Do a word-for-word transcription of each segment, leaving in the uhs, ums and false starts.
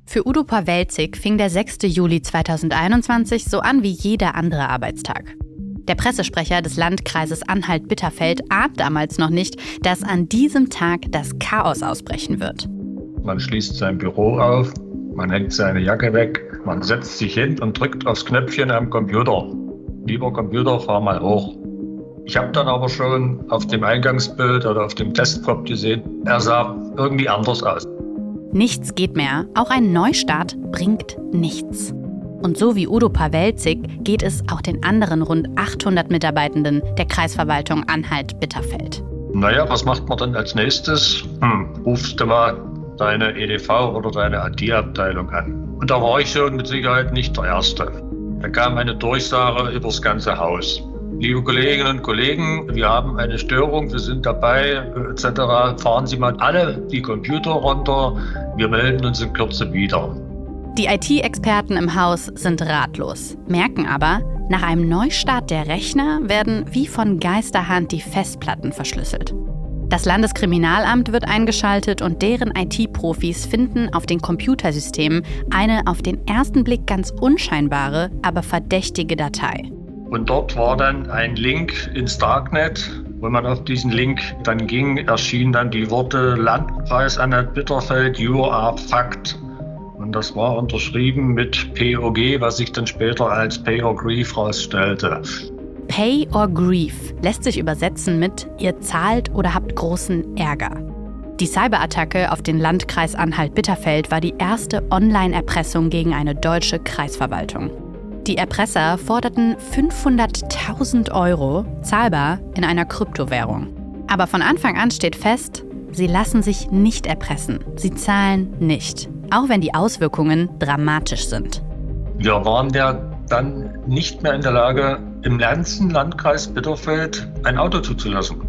Für Udo Pawelczyk fing der sechster Juli zweitausendeinundzwanzig so an wie jeder andere Arbeitstag. Der Pressesprecher des Landkreises Anhalt-Bitterfeld ahnt damals noch nicht, dass an diesem Tag das Chaos ausbrechen wird. Man schließt sein Büro auf, man hängt seine Jacke weg, man setzt sich hin und drückt aufs Knöpfchen am Computer. Lieber Computer, fahr mal hoch. Ich habe dann aber schon auf dem Eingangsbild oder auf dem Desktop gesehen, er sah irgendwie anders aus. Nichts geht mehr, auch ein Neustart bringt nichts. Und so wie Udo Pawelczyk geht es auch den anderen rund achthundert Mitarbeitenden der Kreisverwaltung Anhalt-Bitterfeld. Naja, was macht man dann als nächstes? Hm, rufst du mal deine E D V oder deine I T-Abteilung an. Und da war ich schon mit Sicherheit nicht der Erste. Da kam eine Durchsage übers ganze Haus. Liebe Kolleginnen und Kollegen, wir haben eine Störung, wir sind dabei, et cetera. Fahren Sie mal alle die Computer runter, wir melden uns in Kürze wieder. Die I T-Experten im Haus sind ratlos, merken aber, nach einem Neustart der Rechner werden wie von Geisterhand die Festplatten verschlüsselt. Das Landeskriminalamt wird eingeschaltet und deren I T-Profis finden auf den Computersystemen eine auf den ersten Blick ganz unscheinbare, aber verdächtige Datei. Und dort war dann ein Link ins Darknet. Wenn man auf diesen Link dann ging, erschienen dann die Worte Landkreis Anhalt-Bitterfeld, you are fucked. Und das war unterschrieben mit P O G, was sich dann später als Pay or Grief herausstellte. Pay or Grief lässt sich übersetzen mit ihr zahlt oder habt großen Ärger. Die Cyberattacke auf den Landkreis Anhalt-Bitterfeld war die erste Online-Erpressung gegen eine deutsche Kreisverwaltung. Die Erpresser forderten fünfhunderttausend Euro, zahlbar in einer Kryptowährung. Aber von Anfang an steht fest, sie lassen sich nicht erpressen. Sie zahlen nicht, auch wenn die Auswirkungen dramatisch sind. Wir waren ja dann nicht mehr in der Lage, im ganzen Landkreis Bitterfeld ein Auto zuzulassen.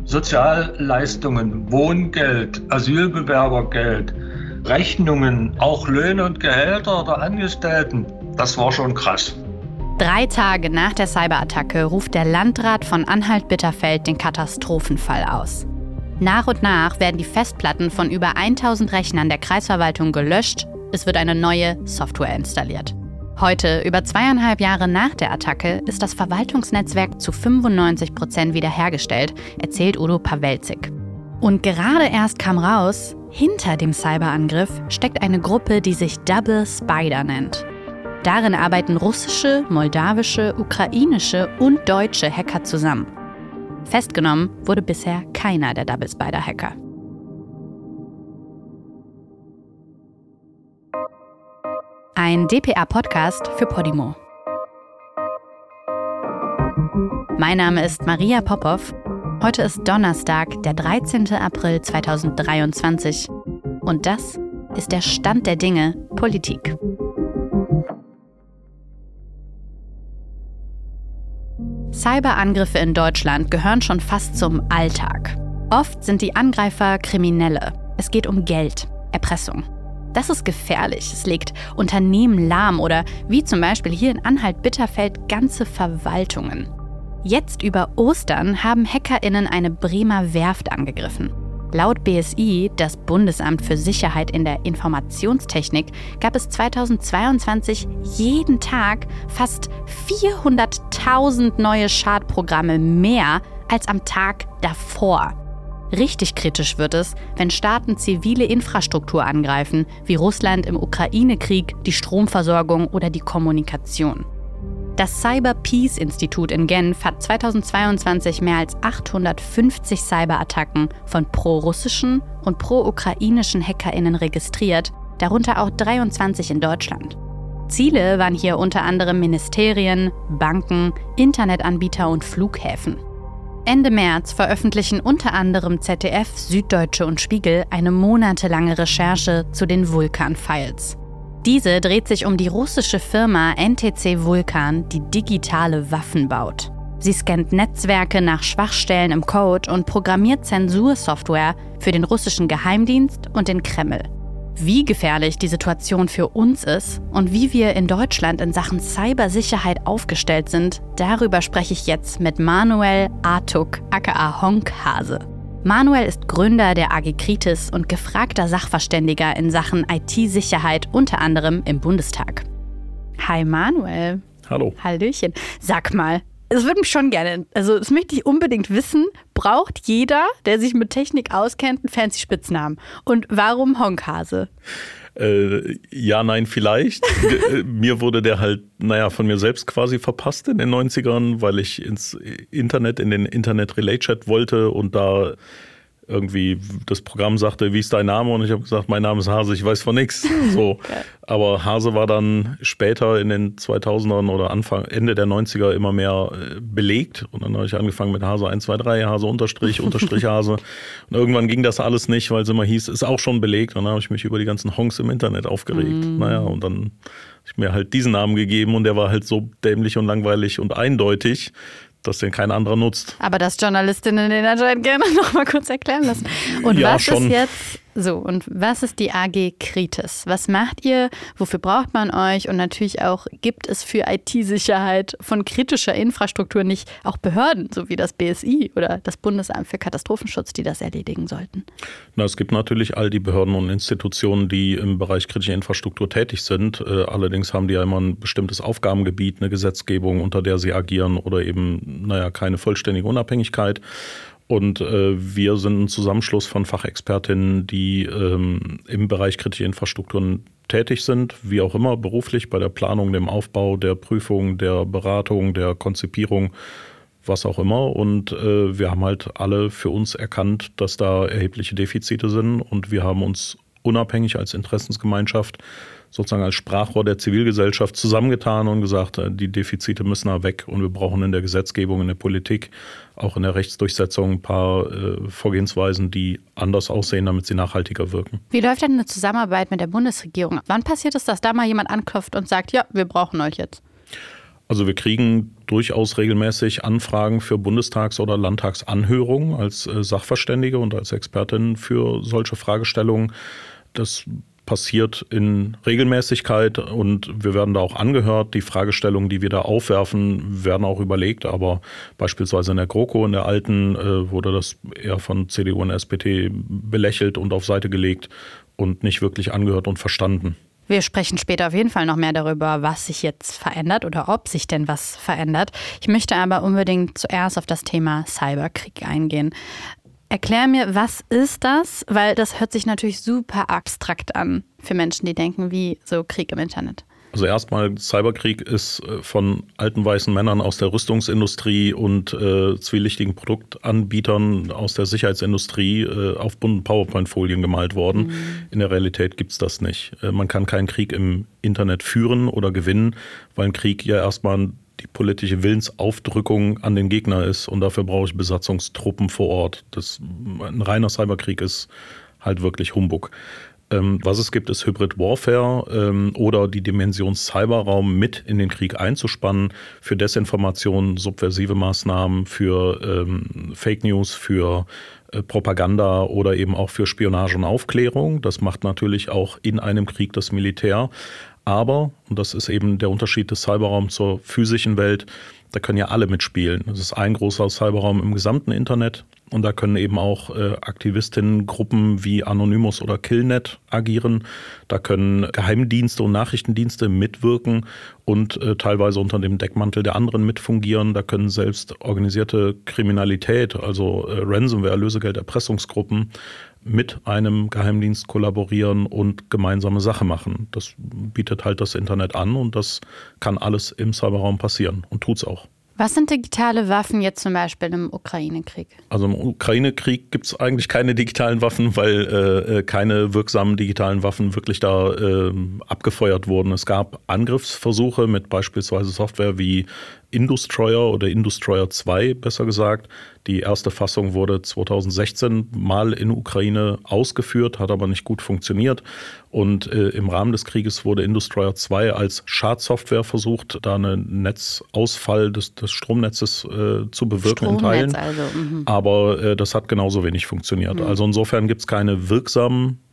Sozialleistungen, Wohngeld, Asylbewerbergeld, Rechnungen, auch Löhne und Gehälter der Angestellten. Das war schon krass. Drei Tage nach der Cyberattacke ruft der Landrat von Anhalt-Bitterfeld den Katastrophenfall aus. Nach und nach werden die Festplatten von über tausend Rechnern der Kreisverwaltung gelöscht. Es wird eine neue Software installiert. Heute, über zweieinhalb Jahre nach der Attacke, ist das Verwaltungsnetzwerk zu fünfundneunzig Prozent wiederhergestellt, erzählt Udo Pawelczyk. Und gerade erst kam raus, hinter dem Cyberangriff steckt eine Gruppe, die sich Double Spider nennt. Darin arbeiten russische, moldawische, ukrainische und deutsche Hacker zusammen. Festgenommen wurde bisher keiner der Double Spider-Hacker. Ein D P A-Podcast für Podimo. Mein Name ist Maria Popov. Heute ist Donnerstag, der dreizehnter April zweitausenddreiundzwanzig. Und das ist der Stand der Dinge Politik. Cyberangriffe in Deutschland gehören schon fast zum Alltag. Oft sind die Angreifer Kriminelle. Es geht um Geld, Erpressung. Das ist gefährlich. Es legt Unternehmen lahm oder, wie zum Beispiel hier in Anhalt-Bitterfeld, ganze Verwaltungen. Jetzt über Ostern haben HackerInnen eine Bremer Werft angegriffen. Laut B S I, das Bundesamt für Sicherheit in der Informationstechnik, gab es zweitausendzweiundzwanzig jeden Tag fast vierhunderttausend neue Schadprogramme mehr als am Tag davor. Richtig kritisch wird es, wenn Staaten zivile Infrastruktur angreifen, wie Russland im Ukraine-Krieg, die Stromversorgung oder die Kommunikation. Das Cyber Peace Institut in Genf hat zweitausendzweiundzwanzig mehr als achthundertfünfzig Cyberattacken von pro-russischen und pro-ukrainischen HackerInnen registriert, darunter auch dreiundzwanzig in Deutschland. Ziele waren hier unter anderem Ministerien, Banken, Internetanbieter und Flughäfen. Ende März veröffentlichen unter anderem Z D F, Süddeutsche und Spiegel eine monatelange Recherche zu den Vulkan-Files. Diese dreht sich um die russische Firma N T C Vulkan, die digitale Waffen baut. Sie scannt Netzwerke nach Schwachstellen im Code und programmiert Zensursoftware für den russischen Geheimdienst und den Kreml. Wie gefährlich die Situation für uns ist und wie wir in Deutschland in Sachen Cybersicherheit aufgestellt sind, darüber spreche ich jetzt mit Manuel Artuk aka Honkhase. Manuel ist Gründer der A G Kritis und gefragter Sachverständiger in Sachen I T-Sicherheit, unter anderem im Bundestag. Hi Manuel. Hallo. Hallöchen. Sag mal, es würde mich schon gerne, also das möchte ich unbedingt wissen, braucht jeder, der sich mit Technik auskennt, einen fancy Spitznamen? Und warum Honkhase? Äh, ja, nein, vielleicht. Mir wurde der halt, naja, von mir selbst quasi verpasst in den neunzigern, weil ich ins Internet, in den Internet-Relay-Chat wollte und da irgendwie das Programm sagte, wie ist dein Name? Und ich habe gesagt, mein Name ist Hase, ich weiß von nichts. So. Aber Hase war dann später in den zweitausendern oder Anfang, Ende der neunziger immer mehr belegt. Und dann habe ich angefangen mit Hase eins, zwei, drei, Hase Unterstrich, Unterstrich Hase. Und irgendwann ging das alles nicht, weil es immer hieß, ist auch schon belegt. Und dann habe ich mich über die ganzen Honks im Internet aufgeregt. Mm. Naja, und dann habe ich mir halt diesen Namen gegeben und der war halt so dämlich und langweilig und eindeutig, dass den kein anderer nutzt. Aber das Journalistinnen den anscheinend gerne noch mal kurz erklären lassen. Und ja, was schon. ist jetzt so? Und was ist die A G Kritis? Was macht ihr? Wofür braucht man euch? Und natürlich auch, gibt es für I T-Sicherheit von kritischer Infrastruktur nicht auch Behörden, so wie das B S I oder das Bundesamt für Katastrophenschutz, die das erledigen sollten? Na, es gibt natürlich all die Behörden und Institutionen, die im Bereich kritischer Infrastruktur tätig sind. Äh, allerdings haben die ja immer ein bestimmtes Aufgabengebiet, eine Gesetzgebung, unter der sie agieren oder eben, naja, keine vollständige Unabhängigkeit. Und äh, wir sind ein Zusammenschluss von Fachexpertinnen, die ähm, im Bereich kritische Infrastrukturen tätig sind, wie auch immer, beruflich bei der Planung, dem Aufbau, der Prüfung, der Beratung, der Konzipierung, was auch immer. Und äh, wir haben halt alle für uns erkannt, dass da erhebliche Defizite sind. Und wir haben uns unabhängig als Interessensgemeinschaft sozusagen als Sprachrohr der Zivilgesellschaft zusammengetan und gesagt, die Defizite müssen da weg und wir brauchen in der Gesetzgebung, in der Politik, auch in der Rechtsdurchsetzung ein paar äh, Vorgehensweisen, die anders aussehen, damit sie nachhaltiger wirken. Wie läuft denn eine Zusammenarbeit mit der Bundesregierung? Wann passiert es, dass da mal jemand anklopft und sagt, ja, wir brauchen euch jetzt? Also wir kriegen durchaus regelmäßig Anfragen für Bundestags- oder Landtagsanhörungen als äh, Sachverständige und als Expertin für solche Fragestellungen. Das passiert in Regelmäßigkeit und wir werden da auch angehört. Die Fragestellungen, die wir da aufwerfen, werden auch überlegt. Aber beispielsweise in der GroKo, in der alten, äh, wurde das eher von C D U und S P D belächelt und auf Seite gelegt und nicht wirklich angehört und verstanden. Wir sprechen später auf jeden Fall noch mehr darüber, was sich jetzt verändert oder ob sich denn was verändert. Ich möchte aber unbedingt zuerst auf das Thema Cyberkrieg eingehen. Erklär mir, was ist das? Weil das hört sich natürlich super abstrakt an für Menschen, die denken, wie so Krieg im Internet. Also erstmal, Cyberkrieg ist von alten weißen Männern aus der Rüstungsindustrie und äh, zwielichtigen Produktanbietern aus der Sicherheitsindustrie äh, auf bunten PowerPoint-Folien gemalt worden. Mhm. In der Realität gibt es das nicht. Äh, man kann keinen Krieg im Internet führen oder gewinnen, weil ein Krieg ja erstmal die politische Willensaufdrückung an den Gegner ist und dafür brauche ich Besatzungstruppen vor Ort. Das, ein reiner Cyberkrieg ist halt wirklich Humbug. Ähm, was es gibt, ist Hybrid Warfare ähm, oder die Dimension Cyberraum mit in den Krieg einzuspannen für Desinformation, subversive Maßnahmen, für ähm, Fake News, für äh, Propaganda oder eben auch für Spionage und Aufklärung. Das macht natürlich auch in einem Krieg das Militär. Aber, und das ist eben der Unterschied des Cyberraums zur physischen Welt, da können ja alle mitspielen. Das ist ein großer Cyberraum im gesamten Internet und da können eben auch äh, Aktivistinnengruppen wie Anonymous oder Killnet agieren. Da können Geheimdienste und Nachrichtendienste mitwirken und äh, teilweise unter dem Deckmantel der anderen mitfungieren. Da können selbst organisierte Kriminalität, also äh, Ransomware, Lösegelderpressungsgruppen, mit einem Geheimdienst kollaborieren und gemeinsame Sache machen. Das bietet halt das Internet an und das kann alles im Cyberraum passieren und tut's auch. Was sind digitale Waffen jetzt zum Beispiel im Ukraine-Krieg? Also im Ukraine-Krieg gibt es eigentlich keine digitalen Waffen, weil äh, keine wirksamen digitalen Waffen wirklich da äh, abgefeuert wurden. Es gab Angriffsversuche mit beispielsweise Software wie Industroyer oder Industroyer zwei, besser gesagt. Die erste Fassung wurde zweitausendsechzehn mal in Ukraine ausgeführt, hat aber nicht gut funktioniert. Und äh, im Rahmen des Krieges wurde Industroyer zwei als Schadsoftware versucht, da einen Netzausfall des, des Stromnetzes äh, zu bewirken in Teilen. Also, mhm. Aber äh, das hat genauso wenig funktioniert. Mhm. Also insofern gibt es keine wirksamen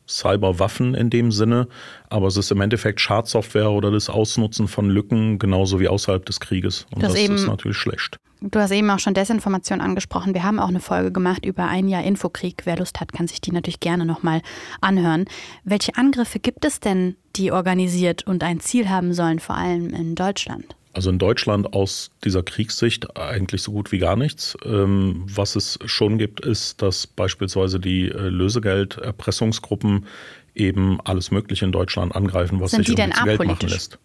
Cyberwaffen in dem Sinne, aber es ist im Endeffekt Schadsoftware oder das Ausnutzen von Lücken, genauso wie außerhalb des Krieges. Und das, das ist natürlich schlecht. Du hast eben auch schon Desinformation angesprochen. Wir haben auch eine Folge gemacht über ein Jahr Infokrieg. Wer Lust hat, kann sich die natürlich gerne nochmal anhören. Welche Angriffe gibt es denn, die organisiert und ein Ziel haben sollen, vor allem in Deutschland? Also in Deutschland aus dieser Kriegssicht eigentlich so gut wie gar nichts. Ähm, was es schon gibt, ist, dass beispielsweise die äh, Lösegeld-Erpressungsgruppen eben alles Mögliche in Deutschland angreifen, was Sind sich die irgendwie denn zu Geld machen apolitisch? lässt.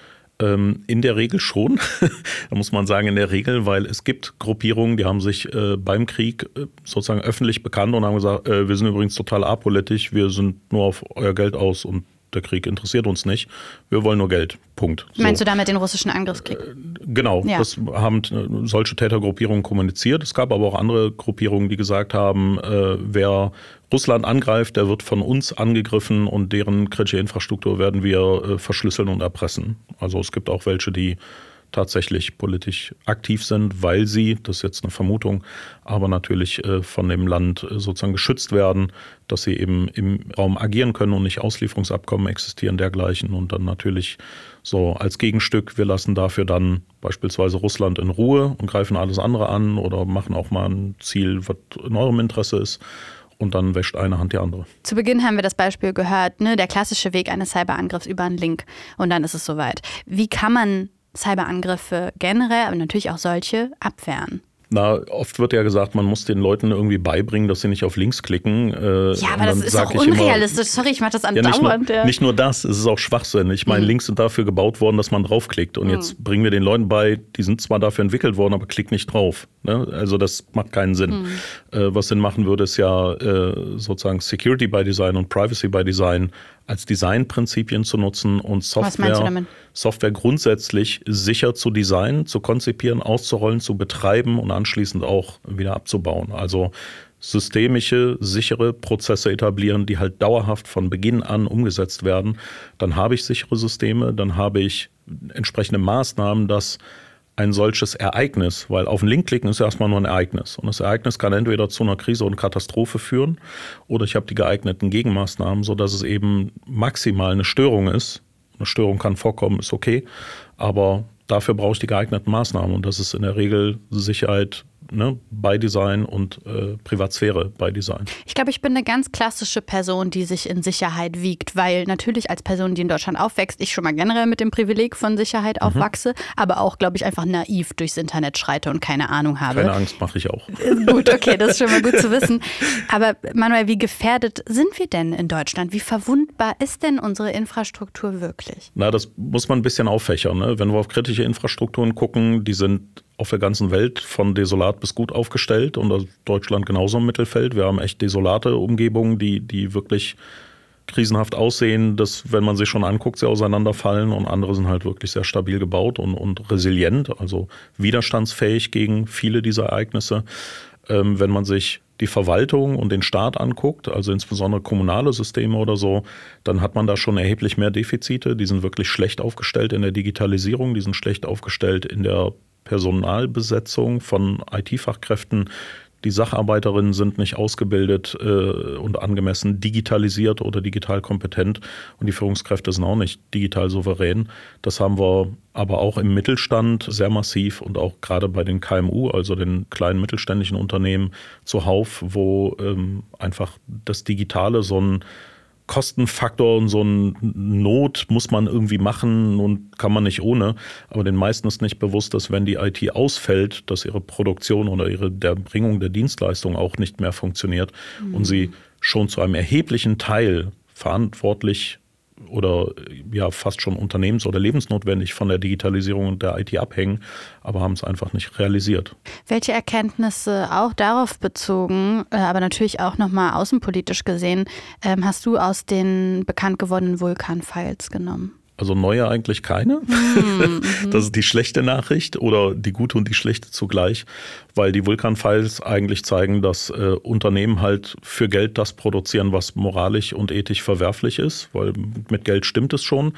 Ähm, in der Regel schon. Da muss man sagen, in der Regel, weil es gibt Gruppierungen, die haben sich äh, beim Krieg äh, sozusagen öffentlich bekannt und haben gesagt, äh, wir sind übrigens total apolitisch, wir sind nur auf euer Geld aus und der Krieg interessiert uns nicht. Wir wollen nur Geld. Punkt. So. Meinst du damit den russischen Angriffskrieg? Genau, ja. Das haben solche Tätergruppierungen kommuniziert. Es gab aber auch andere Gruppierungen, die gesagt haben, äh, wer Russland angreift, der wird von uns angegriffen und deren kritische Infrastruktur werden wir äh, verschlüsseln und erpressen. Also es gibt auch welche, die tatsächlich politisch aktiv sind, weil sie, das ist jetzt eine Vermutung, aber natürlich äh, von dem Land äh, sozusagen geschützt werden, dass sie eben im Raum agieren können und nicht Auslieferungsabkommen existieren dergleichen und dann natürlich so als Gegenstück, wir lassen dafür dann beispielsweise Russland in Ruhe und greifen alles andere an oder machen auch mal ein Ziel, was in eurem Interesse ist. Und dann wäscht eine Hand die andere. Zu Beginn haben wir das Beispiel gehört, ne, der klassische Weg eines Cyberangriffs über einen Link und dann ist es soweit. Wie kann man Cyberangriffe generell, aber natürlich auch solche, abwehren? Na, oft wird ja gesagt, man muss den Leuten irgendwie beibringen, dass sie nicht auf Links klicken. Äh, ja, aber das ist doch unrealistisch. Immer, Sorry, ich mache das andauernd. Ja, nicht, nur, ja. nicht nur das, es ist auch Schwachsinn. Ich meine, mhm. Links sind dafür gebaut worden, dass man draufklickt. Und mhm. jetzt bringen wir den Leuten bei, die sind zwar dafür entwickelt worden, aber klick nicht drauf. Ne? Also das macht keinen Sinn. Mhm. Äh, was Sinn machen würde, ist ja äh, sozusagen Security by Design und Privacy by Design als Designprinzipien zu nutzen und Software, Software grundsätzlich sicher zu designen, zu konzipieren, auszurollen, zu betreiben und anschließend auch wieder abzubauen. Also systemische, sichere Prozesse etablieren, die halt dauerhaft von Beginn an umgesetzt werden. Dann habe ich sichere Systeme, dann habe ich entsprechende Maßnahmen, dass ein solches Ereignis, weil auf den Link klicken ist ja erstmal nur ein Ereignis. Und das Ereignis kann entweder zu einer Krise oder Katastrophe führen oder ich habe die geeigneten Gegenmaßnahmen, sodass es eben maximal eine Störung ist. Eine Störung kann vorkommen, ist okay, aber dafür brauche ich die geeigneten Maßnahmen und das ist in der Regel Sicherheit, ne, by Design und äh, Privatsphäre by Design. Ich glaube, ich bin eine ganz klassische Person, die sich in Sicherheit wiegt, weil natürlich als Person, die in Deutschland aufwächst, ich schon mal generell mit dem Privileg von Sicherheit mhm. aufwachse, aber auch, glaube ich, einfach naiv durchs Internet schreite und keine Ahnung habe. Keine Angst, mache ich auch. Gut, okay, das ist schon mal gut zu wissen. Aber Manuel, wie gefährdet sind wir denn in Deutschland? Wie verwundbar ist denn unsere Infrastruktur wirklich? Na, das muss man ein bisschen auffächern. Ne? Wenn wir auf kritische Infrastrukturen gucken, die sind auf der ganzen Welt von desolat bis gut aufgestellt und Deutschland genauso im Mittelfeld. Wir haben echt desolate Umgebungen, die, die wirklich krisenhaft aussehen, dass, wenn man sie schon anguckt, sie auseinanderfallen und andere sind halt wirklich sehr stabil gebaut und, und resilient, also widerstandsfähig gegen viele dieser Ereignisse. Ähm, wenn man sich die Verwaltung und den Staat anguckt, also insbesondere kommunale Systeme oder so, dann hat man da schon erheblich mehr Defizite. Die sind wirklich schlecht aufgestellt in der Digitalisierung, die sind schlecht aufgestellt in der Personalbesetzung von I T-Fachkräften. Die Sacharbeiterinnen sind nicht ausgebildet äh, und angemessen digitalisiert oder digital kompetent und die Führungskräfte sind auch nicht digital souverän. Das haben wir aber auch im Mittelstand sehr massiv und auch gerade bei den K M U, also den kleinen mittelständischen Unternehmen zuhauf, wo ähm, einfach das Digitale so ein Kostenfaktor und so eine Not muss man irgendwie machen und kann man nicht ohne. Aber den meisten ist nicht bewusst, dass wenn die I T ausfällt, dass ihre Produktion oder ihre der Erbringung der Dienstleistung auch nicht mehr funktioniert mhm. und sie schon zu einem erheblichen Teil verantwortlich oder ja fast schon unternehmens- oder lebensnotwendig von der Digitalisierung und der I T abhängen, aber haben es einfach nicht realisiert. Welche Erkenntnisse auch darauf bezogen, aber natürlich auch nochmal außenpolitisch gesehen, hast du aus den bekannt gewordenen Vulkan-Files genommen? Also neue eigentlich keine. Mhm. Das ist die schlechte Nachricht oder die gute und die schlechte zugleich, weil die Vulkan-Files eigentlich zeigen, dass äh, Unternehmen halt für Geld das produzieren, was moralisch und ethisch verwerflich ist, weil mit Geld stimmt es schon.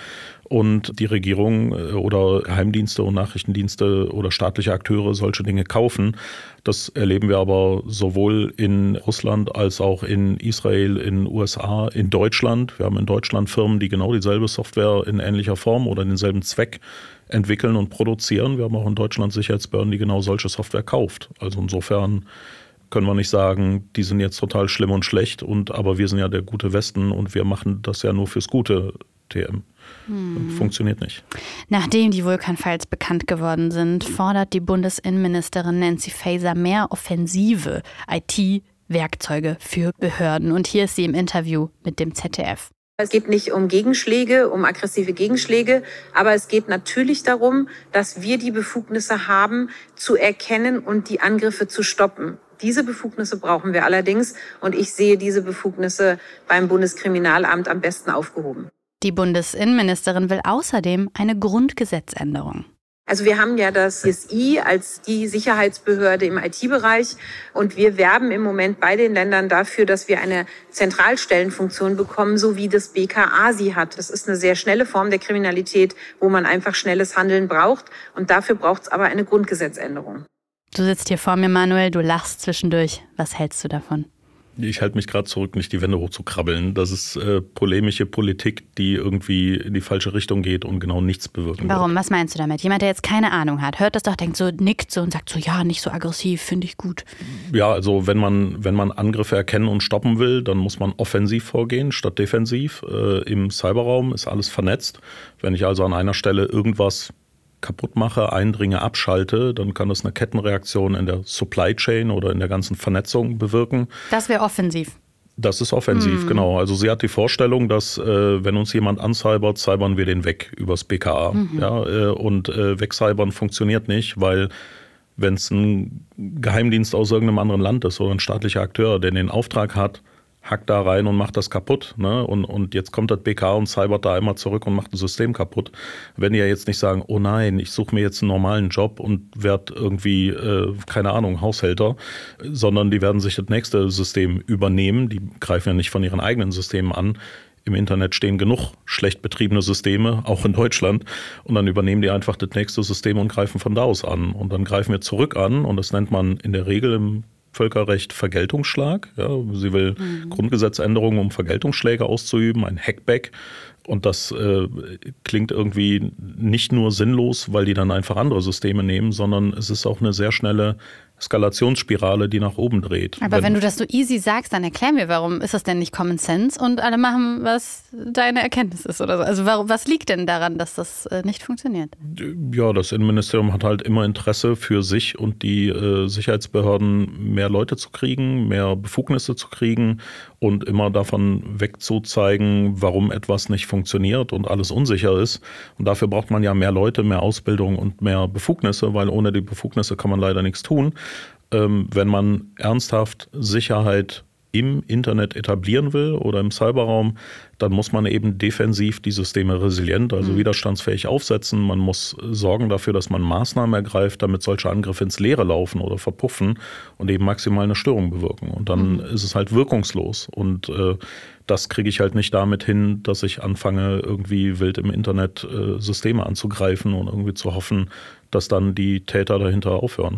und die Regierung oder Geheimdienste und Nachrichtendienste oder staatliche Akteure solche Dinge kaufen. Das erleben wir aber sowohl in Russland als auch in Israel, in U S A, in Deutschland. Wir haben in Deutschland Firmen, die genau dieselbe Software in ähnlicher Form oder denselben Zweck entwickeln und produzieren. Wir haben auch in Deutschland Sicherheitsbehörden, die genau solche Software kauft. Also insofern können wir nicht sagen, die sind jetzt total schlimm und schlecht, und aber wir sind ja der gute Westen und wir machen das ja nur fürs gute T M. Hm. Funktioniert nicht. Nachdem die Vulkan-Files bekannt geworden sind, fordert die Bundesinnenministerin Nancy Faeser mehr offensive I T-Werkzeuge für Behörden. Und hier ist sie im Interview mit dem Z D F. Es geht nicht um Gegenschläge, um aggressive Gegenschläge, aber es geht natürlich darum, dass wir die Befugnisse haben, zu erkennen und die Angriffe zu stoppen. Diese Befugnisse brauchen wir allerdings, und ich sehe diese Befugnisse beim Bundeskriminalamt am besten aufgehoben. Die Bundesinnenministerin will außerdem eine Grundgesetzänderung. Also wir haben ja das B S I als die Sicherheitsbehörde im I T-Bereich, und wir werben im Moment bei den Ländern dafür, dass wir eine Zentralstellenfunktion bekommen, so wie das B K A sie hat. Das ist eine sehr schnelle Form der Kriminalität, wo man einfach schnelles Handeln braucht, und dafür braucht es aber eine Grundgesetzänderung. Du sitzt hier vor mir, Manuel, du lachst zwischendurch. Was hältst du davon? Ich halte mich gerade zurück, nicht die Wände hochzukrabbeln. Das ist äh, polemische Politik, die irgendwie in die falsche Richtung geht und genau nichts bewirken Warum? wird. Was meinst du damit? Jemand, der jetzt keine Ahnung hat, hört das doch, denkt so, nickt so und sagt so, ja, nicht so aggressiv, finde ich gut. Ja, also wenn man, wenn man Angriffe erkennen und stoppen will, dann muss man offensiv vorgehen statt defensiv. Äh, im Cyberraum ist alles vernetzt. Wenn ich also an einer Stelle irgendwas kaputt mache, eindringe, abschalte, dann kann das eine Kettenreaktion in der Supply Chain oder in der ganzen Vernetzung bewirken. Das wäre offensiv. Das ist offensiv, mhm. genau. Also sie hat die Vorstellung, dass äh, wenn uns jemand ancybert, cybern wir den weg übers B K A. Mhm. Ja, äh, und äh, wegcybern funktioniert nicht, weil wenn es ein Geheimdienst aus irgendeinem anderen Land ist oder ein staatlicher Akteur, der den Auftrag hat, hackt da rein und macht das kaputt. Ne? Und, und jetzt kommt das B K und cybert da einmal zurück und macht das System kaputt. Wenn die ja jetzt nicht sagen, oh nein, ich suche mir jetzt einen normalen Job und werde irgendwie, äh, keine Ahnung, Haushälter, sondern die werden sich das nächste System übernehmen. Die greifen ja nicht von ihren eigenen Systemen an. Im Internet stehen genug schlecht betriebene Systeme, auch in Deutschland. Und dann übernehmen die einfach das nächste System und greifen von da aus an. Und dann greifen wir zurück an, und das nennt man in der Regel im Völkerrecht Vergeltungsschlag. Ja, sie will mhm. Grundgesetzänderungen, um Vergeltungsschläge auszuüben, ein Hackback. Und das äh, klingt irgendwie nicht nur sinnlos, weil die dann einfach andere Systeme nehmen, sondern es ist auch eine sehr schnelle Eskalationsspirale, die nach oben dreht. Aber wenn, wenn du das so easy sagst, dann erklär mir, warum ist das denn nicht Common Sense und alle machen, was deine Erkenntnis ist oder so? Also warum, was liegt denn daran, dass das äh, nicht funktioniert? Ja, das Innenministerium hat halt immer Interesse für sich und die äh, Sicherheitsbehörden, mehr Leute zu kriegen, mehr Befugnisse zu kriegen und immer davon wegzuzeigen, warum etwas nicht funktioniert und alles unsicher ist. Und dafür braucht man ja mehr Leute, mehr Ausbildung und mehr Befugnisse, weil ohne die Befugnisse kann man leider nichts tun. Ähm, wenn man ernsthaft Sicherheit im Internet etablieren will oder im Cyberraum, dann muss man eben defensiv die Systeme resilient, also mhm. widerstandsfähig aufsetzen. Man muss sorgen dafür, dass man Maßnahmen ergreift, damit solche Angriffe ins Leere laufen oder verpuffen und eben maximal eine Störung bewirken. Und dann mhm. ist es halt wirkungslos. Und äh, das kriege ich halt nicht damit hin, dass ich anfange, irgendwie wild im Internet äh, Systeme anzugreifen und irgendwie zu hoffen, dass dann die Täter dahinter aufhören.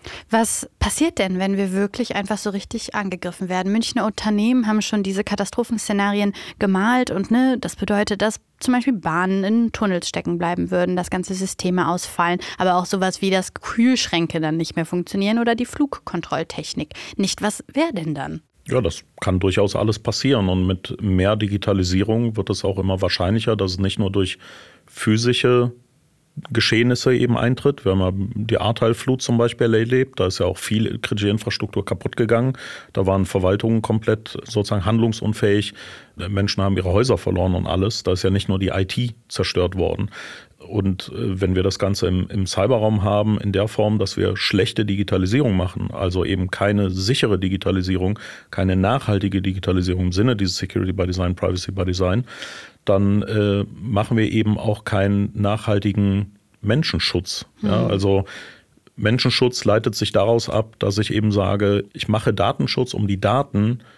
Was passiert denn, wenn wir wirklich einfach so richtig angegriffen werden? Münchner Unternehmen haben schon diese Katastrophenszenarien gemalt und ne, das bedeutet, dass zum Beispiel Bahnen in Tunnels stecken bleiben würden, dass ganze Systeme ausfallen, aber auch sowas wie, dass Kühlschränke dann nicht mehr funktionieren oder die Flugkontrolltechnik nicht. Was wäre denn dann? Ja, das kann durchaus alles passieren, und mit mehr Digitalisierung wird es auch immer wahrscheinlicher, dass es nicht nur durch physische Geschehnisse eben eintritt. Wir haben ja die Ahrtal-Flut zum Beispiel erlebt, da ist ja auch viel kritische Infrastruktur kaputt gegangen. Da waren Verwaltungen komplett sozusagen handlungsunfähig. Menschen haben ihre Häuser verloren und alles. Da ist ja nicht nur die I T zerstört worden. Und wenn wir das Ganze im, im Cyberraum haben, in der Form, dass wir schlechte Digitalisierung machen, also eben keine sichere Digitalisierung, keine nachhaltige Digitalisierung im Sinne dieses Security by Design, Privacy by Design, dann äh, machen wir eben auch keinen nachhaltigen Menschenschutz. Mhm. Ja, also Menschenschutz leitet sich daraus ab, dass ich eben sage, ich mache Datenschutz, um die Daten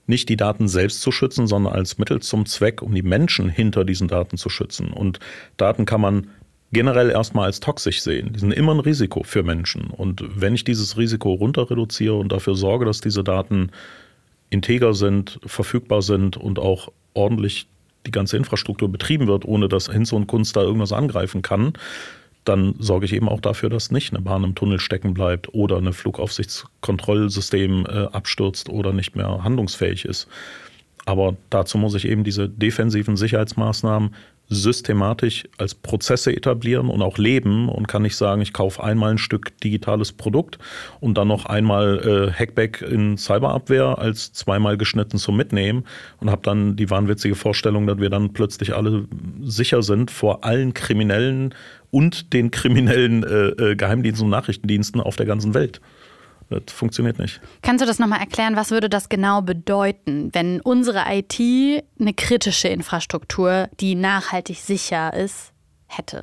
nicht die Daten selbst zu schützen, sondern als Mittel zum Zweck, um die Menschen hinter diesen Daten zu schützen. Und Daten kann man generell erstmal als toxisch sehen. Die sind immer ein Risiko für Menschen. Und wenn ich dieses Risiko runter reduziere und dafür sorge, dass diese Daten integer sind, verfügbar sind und auch ordentlich die ganze Infrastruktur betrieben wird, ohne dass Hinz und Kunst da irgendwas angreifen kann, dann sorge ich eben auch dafür, dass nicht eine Bahn im Tunnel stecken bleibt oder ein Flugaufsichtskontrollsystem äh, abstürzt oder nicht mehr handlungsfähig ist. Aber dazu muss ich eben diese defensiven Sicherheitsmaßnahmen systematisch als Prozesse etablieren und auch leben und kann nicht sagen, ich kaufe einmal ein Stück digitales Produkt und dann noch einmal äh, Hackback in Cyberabwehr als zweimal geschnitten zum Mitnehmen und habe dann die wahnwitzige Vorstellung, dass wir dann plötzlich alle sicher sind vor allen Kriminellen und den kriminellen äh, Geheimdiensten und Nachrichtendiensten auf der ganzen Welt. Das funktioniert nicht. Kannst du das nochmal erklären, was würde das genau bedeuten, wenn unsere I T eine kritische Infrastruktur, die nachhaltig sicher ist, hätte?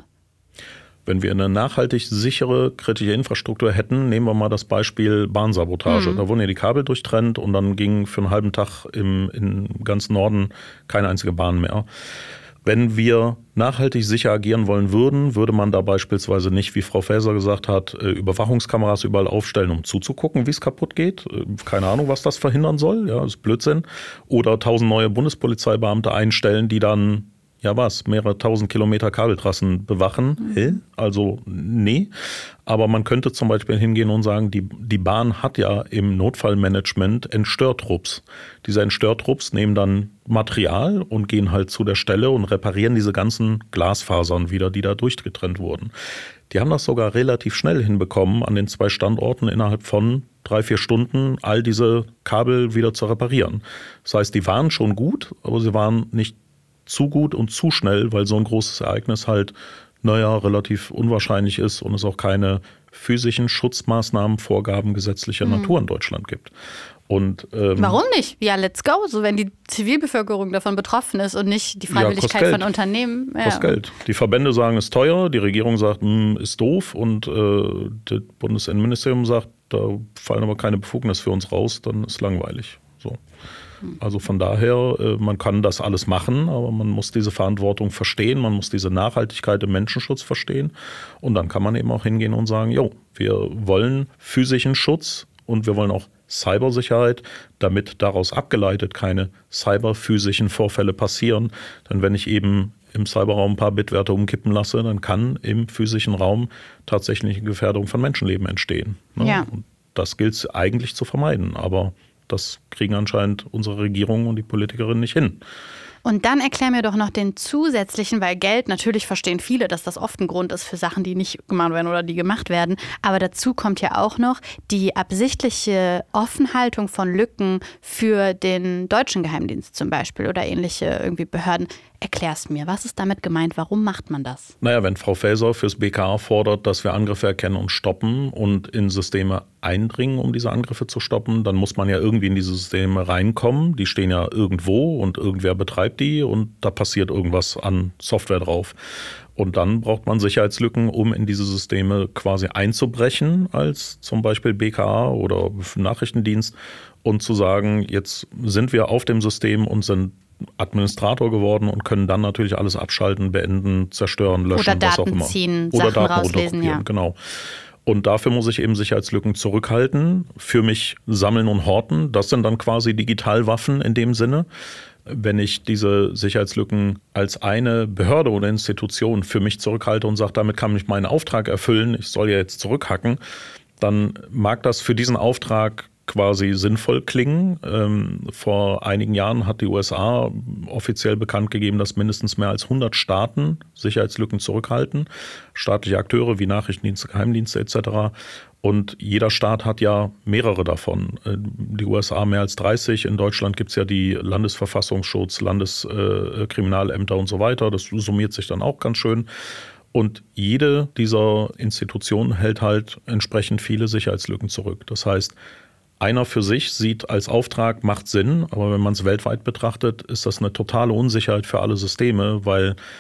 Wenn wir eine nachhaltig sichere kritische Infrastruktur hätten, nehmen wir mal das Beispiel Bahnsabotage. Mhm. Da wurden ja die Kabel durchtrennt und dann ging für einen halben Tag im, im ganzen Norden keine einzige Bahn mehr. Wenn wir nachhaltig sicher agieren wollen würden, würde man da beispielsweise nicht, wie Frau Faeser gesagt hat, Überwachungskameras überall aufstellen, um zuzugucken, wie es kaputt geht. Keine Ahnung, was das verhindern soll. Ja, das ist Blödsinn. Oder tausend neue Bundespolizeibeamte einstellen, die dann, ja was, mehrere tausend Kilometer Kabeltrassen bewachen. Mhm. Also nee. Aber man könnte zum Beispiel hingehen und sagen, die, die Bahn hat ja im Notfallmanagement Entstörtrupps. Diese Entstörtrupps nehmen dann Material und gehen halt zu der Stelle und reparieren diese ganzen Glasfasern wieder, die da durchgetrennt wurden. Die haben das sogar relativ schnell hinbekommen, an den zwei Standorten innerhalb von drei, vier Stunden all diese Kabel wieder zu reparieren. Das heißt, die waren schon gut, aber sie waren nicht zu gut und zu schnell, weil so ein großes Ereignis halt, naja, relativ unwahrscheinlich ist und es auch keine physischen Schutzmaßnahmen, Vorgaben gesetzlicher mhm. Natur in Deutschland gibt. Und, ähm, warum nicht? Ja, let's go. So, wenn die Zivilbevölkerung davon betroffen ist und nicht die Freiwilligkeit ja, von Unternehmen. Ja. Kostet Geld. Die Verbände sagen, es ist teuer, die Regierung sagt, mh, ist doof und äh, das Bundesinnenministerium sagt, da fallen aber keine Befugnisse für uns raus, dann ist langweilig. So. Also von daher, man kann das alles machen, aber man muss diese Verantwortung verstehen, man muss diese Nachhaltigkeit im Menschenschutz verstehen und dann kann man eben auch hingehen und sagen, jo, wir wollen physischen Schutz und wir wollen auch Cybersicherheit, damit daraus abgeleitet keine cyberphysischen Vorfälle passieren. Denn wenn ich eben im Cyberraum ein paar Bitwerte umkippen lasse, dann kann im physischen Raum tatsächlich eine Gefährdung von Menschenleben entstehen. Ne? Ja. Und das gilt es eigentlich zu vermeiden, aber das kriegen anscheinend unsere Regierung und die Politikerinnen nicht hin. Und dann erklär mir doch noch den zusätzlichen, weil Geld, natürlich verstehen viele, dass das oft ein Grund ist für Sachen, die nicht gemacht werden oder die gemacht werden. Aber dazu kommt ja auch noch die absichtliche Offenhaltung von Lücken für den deutschen Geheimdienst zum Beispiel oder ähnliche irgendwie Behörden. Erklär's mir, was ist damit gemeint? Warum macht man das? Naja, wenn Frau Faeser fürs B K A fordert, dass wir Angriffe erkennen und stoppen und in Systeme eindringen, um diese Angriffe zu stoppen, dann muss man ja irgendwie in diese Systeme reinkommen. Die stehen ja irgendwo und irgendwer betreibt die und da passiert irgendwas an Software drauf. Und dann braucht man Sicherheitslücken, um in diese Systeme quasi einzubrechen, als zum Beispiel B K A oder Nachrichtendienst und zu sagen, jetzt sind wir auf dem System und sind Administrator geworden und können dann natürlich alles abschalten, beenden, zerstören, löschen, oder was auch immer. Daten ziehen, oder Sachen Daten rauslesen, ja. Genau. Und dafür muss ich eben Sicherheitslücken zurückhalten, für mich sammeln und horten. Das sind dann quasi Digitalwaffen in dem Sinne. Wenn ich diese Sicherheitslücken als eine Behörde oder Institution für mich zurückhalte und sage, damit kann ich meinen Auftrag erfüllen, ich soll ja jetzt zurückhacken, dann mag das für diesen Auftrag quasi sinnvoll klingen. Ähm, vor einigen Jahren hat die U S A offiziell bekannt gegeben, dass mindestens mehr als hundert Staaten Sicherheitslücken zurückhalten. Staatliche Akteure wie Nachrichtendienste, Geheimdienste et cetera. Und jeder Staat hat ja mehrere davon. Die U S A mehr als dreißig. In Deutschland gibt es ja die Landesverfassungsschutz, Landeskriminalämter und so weiter. Das summiert sich dann auch ganz schön. Und jede dieser Institutionen hält halt entsprechend viele Sicherheitslücken zurück. Das heißt, einer für sich sieht als Auftrag, macht Sinn, aber wenn man es weltweit betrachtet, ist das eine totale Unsicherheit für alle Systeme, weil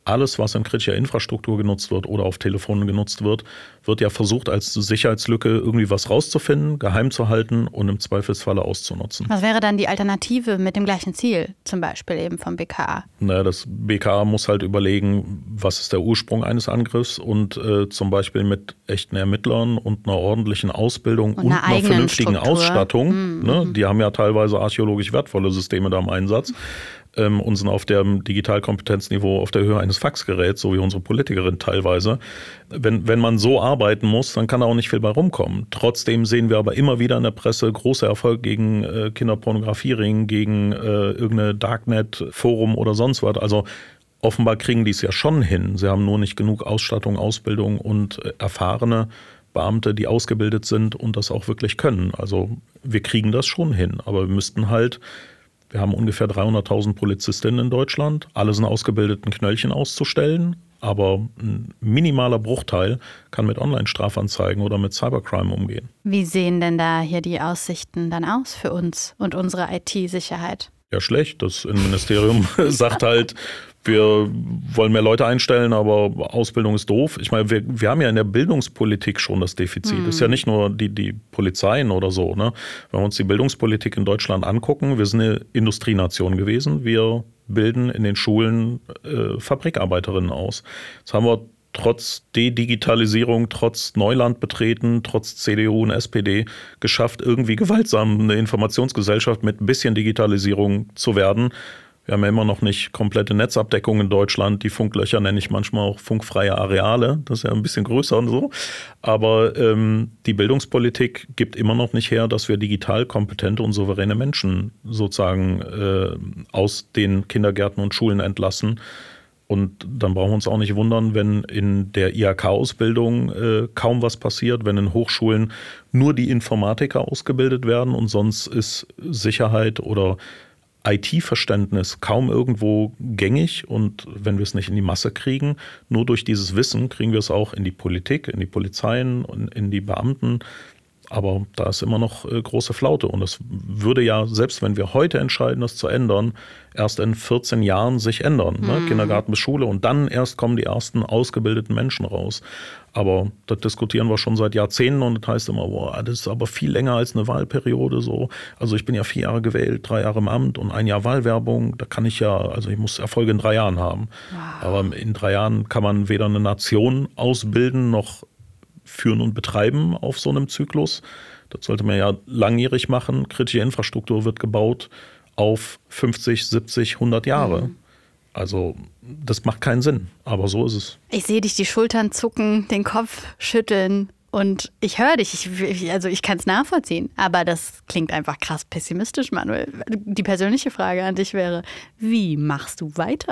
alles, was in kritischer Infrastruktur genutzt wird oder auf Telefonen genutzt wird, wird ja versucht, als Sicherheitslücke irgendwie was rauszufinden, geheim zu halten und im Zweifelsfalle auszunutzen. Was wäre dann die Alternative mit dem gleichen Ziel, zum Beispiel eben vom B K A? Naja, das B K A muss halt überlegen, was ist der Ursprung eines Angriffs und äh, zum Beispiel mit echten Ermittlern und einer ordentlichen Ausbildung und, und einer, einer vernünftigen Struktur. Ausstattung. Mhm. Ne? Die haben ja teilweise archäologisch wertvolle Systeme da im Einsatz. Ähm, und sind auf dem Digitalkompetenzniveau auf der Höhe eines Faxgeräts, so wie unsere Politikerin teilweise. Wenn, wenn man so arbeiten muss, dann kann da auch nicht viel bei rumkommen. Trotzdem sehen wir aber immer wieder in der Presse große Erfolge gegen äh, Kinderpornografiering, gegen äh, irgendeine Darknet-Forum oder sonst was. Also offenbar kriegen die es ja schon hin. Sie haben nur nicht genug Ausstattung, Ausbildung und äh, erfahrene Beamte, die ausgebildet sind und das auch wirklich können. Also wir kriegen das schon hin, aber wir müssten halt Wir haben ungefähr dreihunderttausend Polizistinnen in Deutschland. Alle sind ausgebildet, ein Knöllchen auszustellen. Aber ein minimaler Bruchteil kann mit Online-Strafanzeigen oder mit Cybercrime umgehen. Wie sehen denn da hier die Aussichten dann aus für uns und unsere I T-Sicherheit? Ja, schlecht. Das Innenministerium sagt halt, wir wollen mehr Leute einstellen, aber Ausbildung ist doof. Ich meine, wir, wir haben ja in der Bildungspolitik schon das Defizit. Es mhm. ist ja nicht nur die, die Polizeien oder so. Ne? Wenn wir uns die Bildungspolitik in Deutschland angucken, wir sind eine Industrienation gewesen. Wir bilden in den Schulen äh, Fabrikarbeiterinnen aus. Jetzt haben wir trotz De-Digitalisierung, trotz Neuland betreten, trotz C D U und S P D geschafft, irgendwie gewaltsam eine Informationsgesellschaft mit ein bisschen Digitalisierung zu werden. Wir haben ja immer noch nicht komplette Netzabdeckung in Deutschland. Die Funklöcher nenne ich manchmal auch funkfreie Areale. Das ist ja ein bisschen größer und so. Aber ähm, die Bildungspolitik gibt immer noch nicht her, dass wir digital kompetente und souveräne Menschen sozusagen äh, aus den Kindergärten und Schulen entlassen. Und dann brauchen wir uns auch nicht wundern, wenn in der I H K-Ausbildung äh, kaum was passiert, wenn in Hochschulen nur die Informatiker ausgebildet werden und sonst ist Sicherheit oder I T-Verständnis kaum irgendwo gängig. Und wenn wir es nicht in die Masse kriegen, nur durch dieses Wissen kriegen wir es auch in die Politik, in die Polizeien und in die Beamten. Aber da ist immer noch äh, große Flaute. Und das würde ja, selbst wenn wir heute entscheiden, das zu ändern, erst in vierzehn Jahren sich ändern. Mhm. Ne? Kindergarten bis Schule. Und dann erst kommen die ersten ausgebildeten Menschen raus. Aber das diskutieren wir schon seit Jahrzehnten. Und das heißt immer, boah, das ist aber viel länger als eine Wahlperiode. So. Also ich bin ja vier Jahre gewählt, drei Jahre im Amt und ein Jahr Wahlwerbung. Da kann ich ja, also ich muss Erfolge in drei Jahren haben. Wow. Aber in drei Jahren kann man weder eine Nation ausbilden, noch führen und betreiben auf so einem Zyklus. Das sollte man ja langjährig machen. Kritische Infrastruktur wird gebaut auf fünfzig, siebzig, hundert Jahre. Mhm. Also das macht keinen Sinn, aber so ist es. Ich sehe dich die Schultern zucken, den Kopf schütteln und ich höre dich. Ich, also ich kann es nachvollziehen, aber das klingt einfach krass pessimistisch, Manuel. Die persönliche Frage an dich wäre, wie machst du weiter?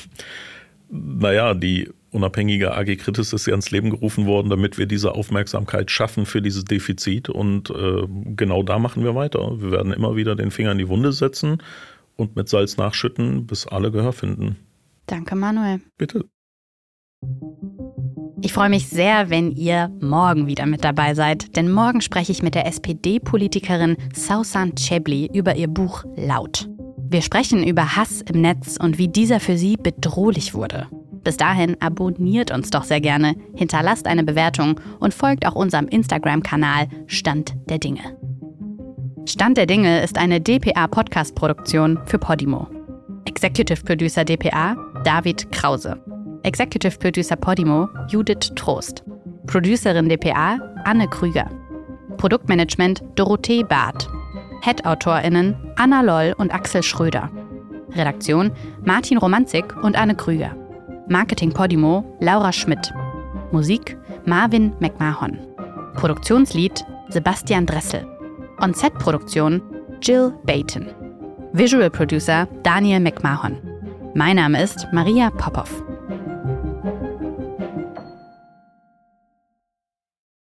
Naja, die unabhängige A G Kritis ist ja ins Leben gerufen worden, damit wir diese Aufmerksamkeit schaffen für dieses Defizit. Und äh, genau da machen wir weiter. Wir werden immer wieder den Finger in die Wunde setzen und mit Salz nachschütten, bis alle Gehör finden. Danke, Manuel. Bitte. Ich freue mich sehr, wenn ihr morgen wieder mit dabei seid. Denn morgen spreche ich mit der S P D-Politikerin Sausan Cebli über ihr Buch Laut. Wir sprechen über Hass im Netz und wie dieser für sie bedrohlich wurde. Bis dahin abonniert uns doch sehr gerne, hinterlasst eine Bewertung und folgt auch unserem Instagram-Kanal Stand der Dinge. Stand der Dinge ist eine D P A-Podcast-Produktion für Podimo. Executive Producer D P A David Krause. Executive Producer Podimo Judith Trost. Producerin D P A Anne Krüger. Produktmanagement Dorothee Barth. Head-AutorInnen Anna Loll und Axel Schröder. Redaktion Martin Romanzig und Anne Krüger. Marketing Podimo Laura Schmidt. Musik Marvin McMahon. Produktionslied Sebastian Dressel. On-Set-Produktion Jill Bayton. Visual Producer Daniel McMahon. Mein Name ist Maria Popov.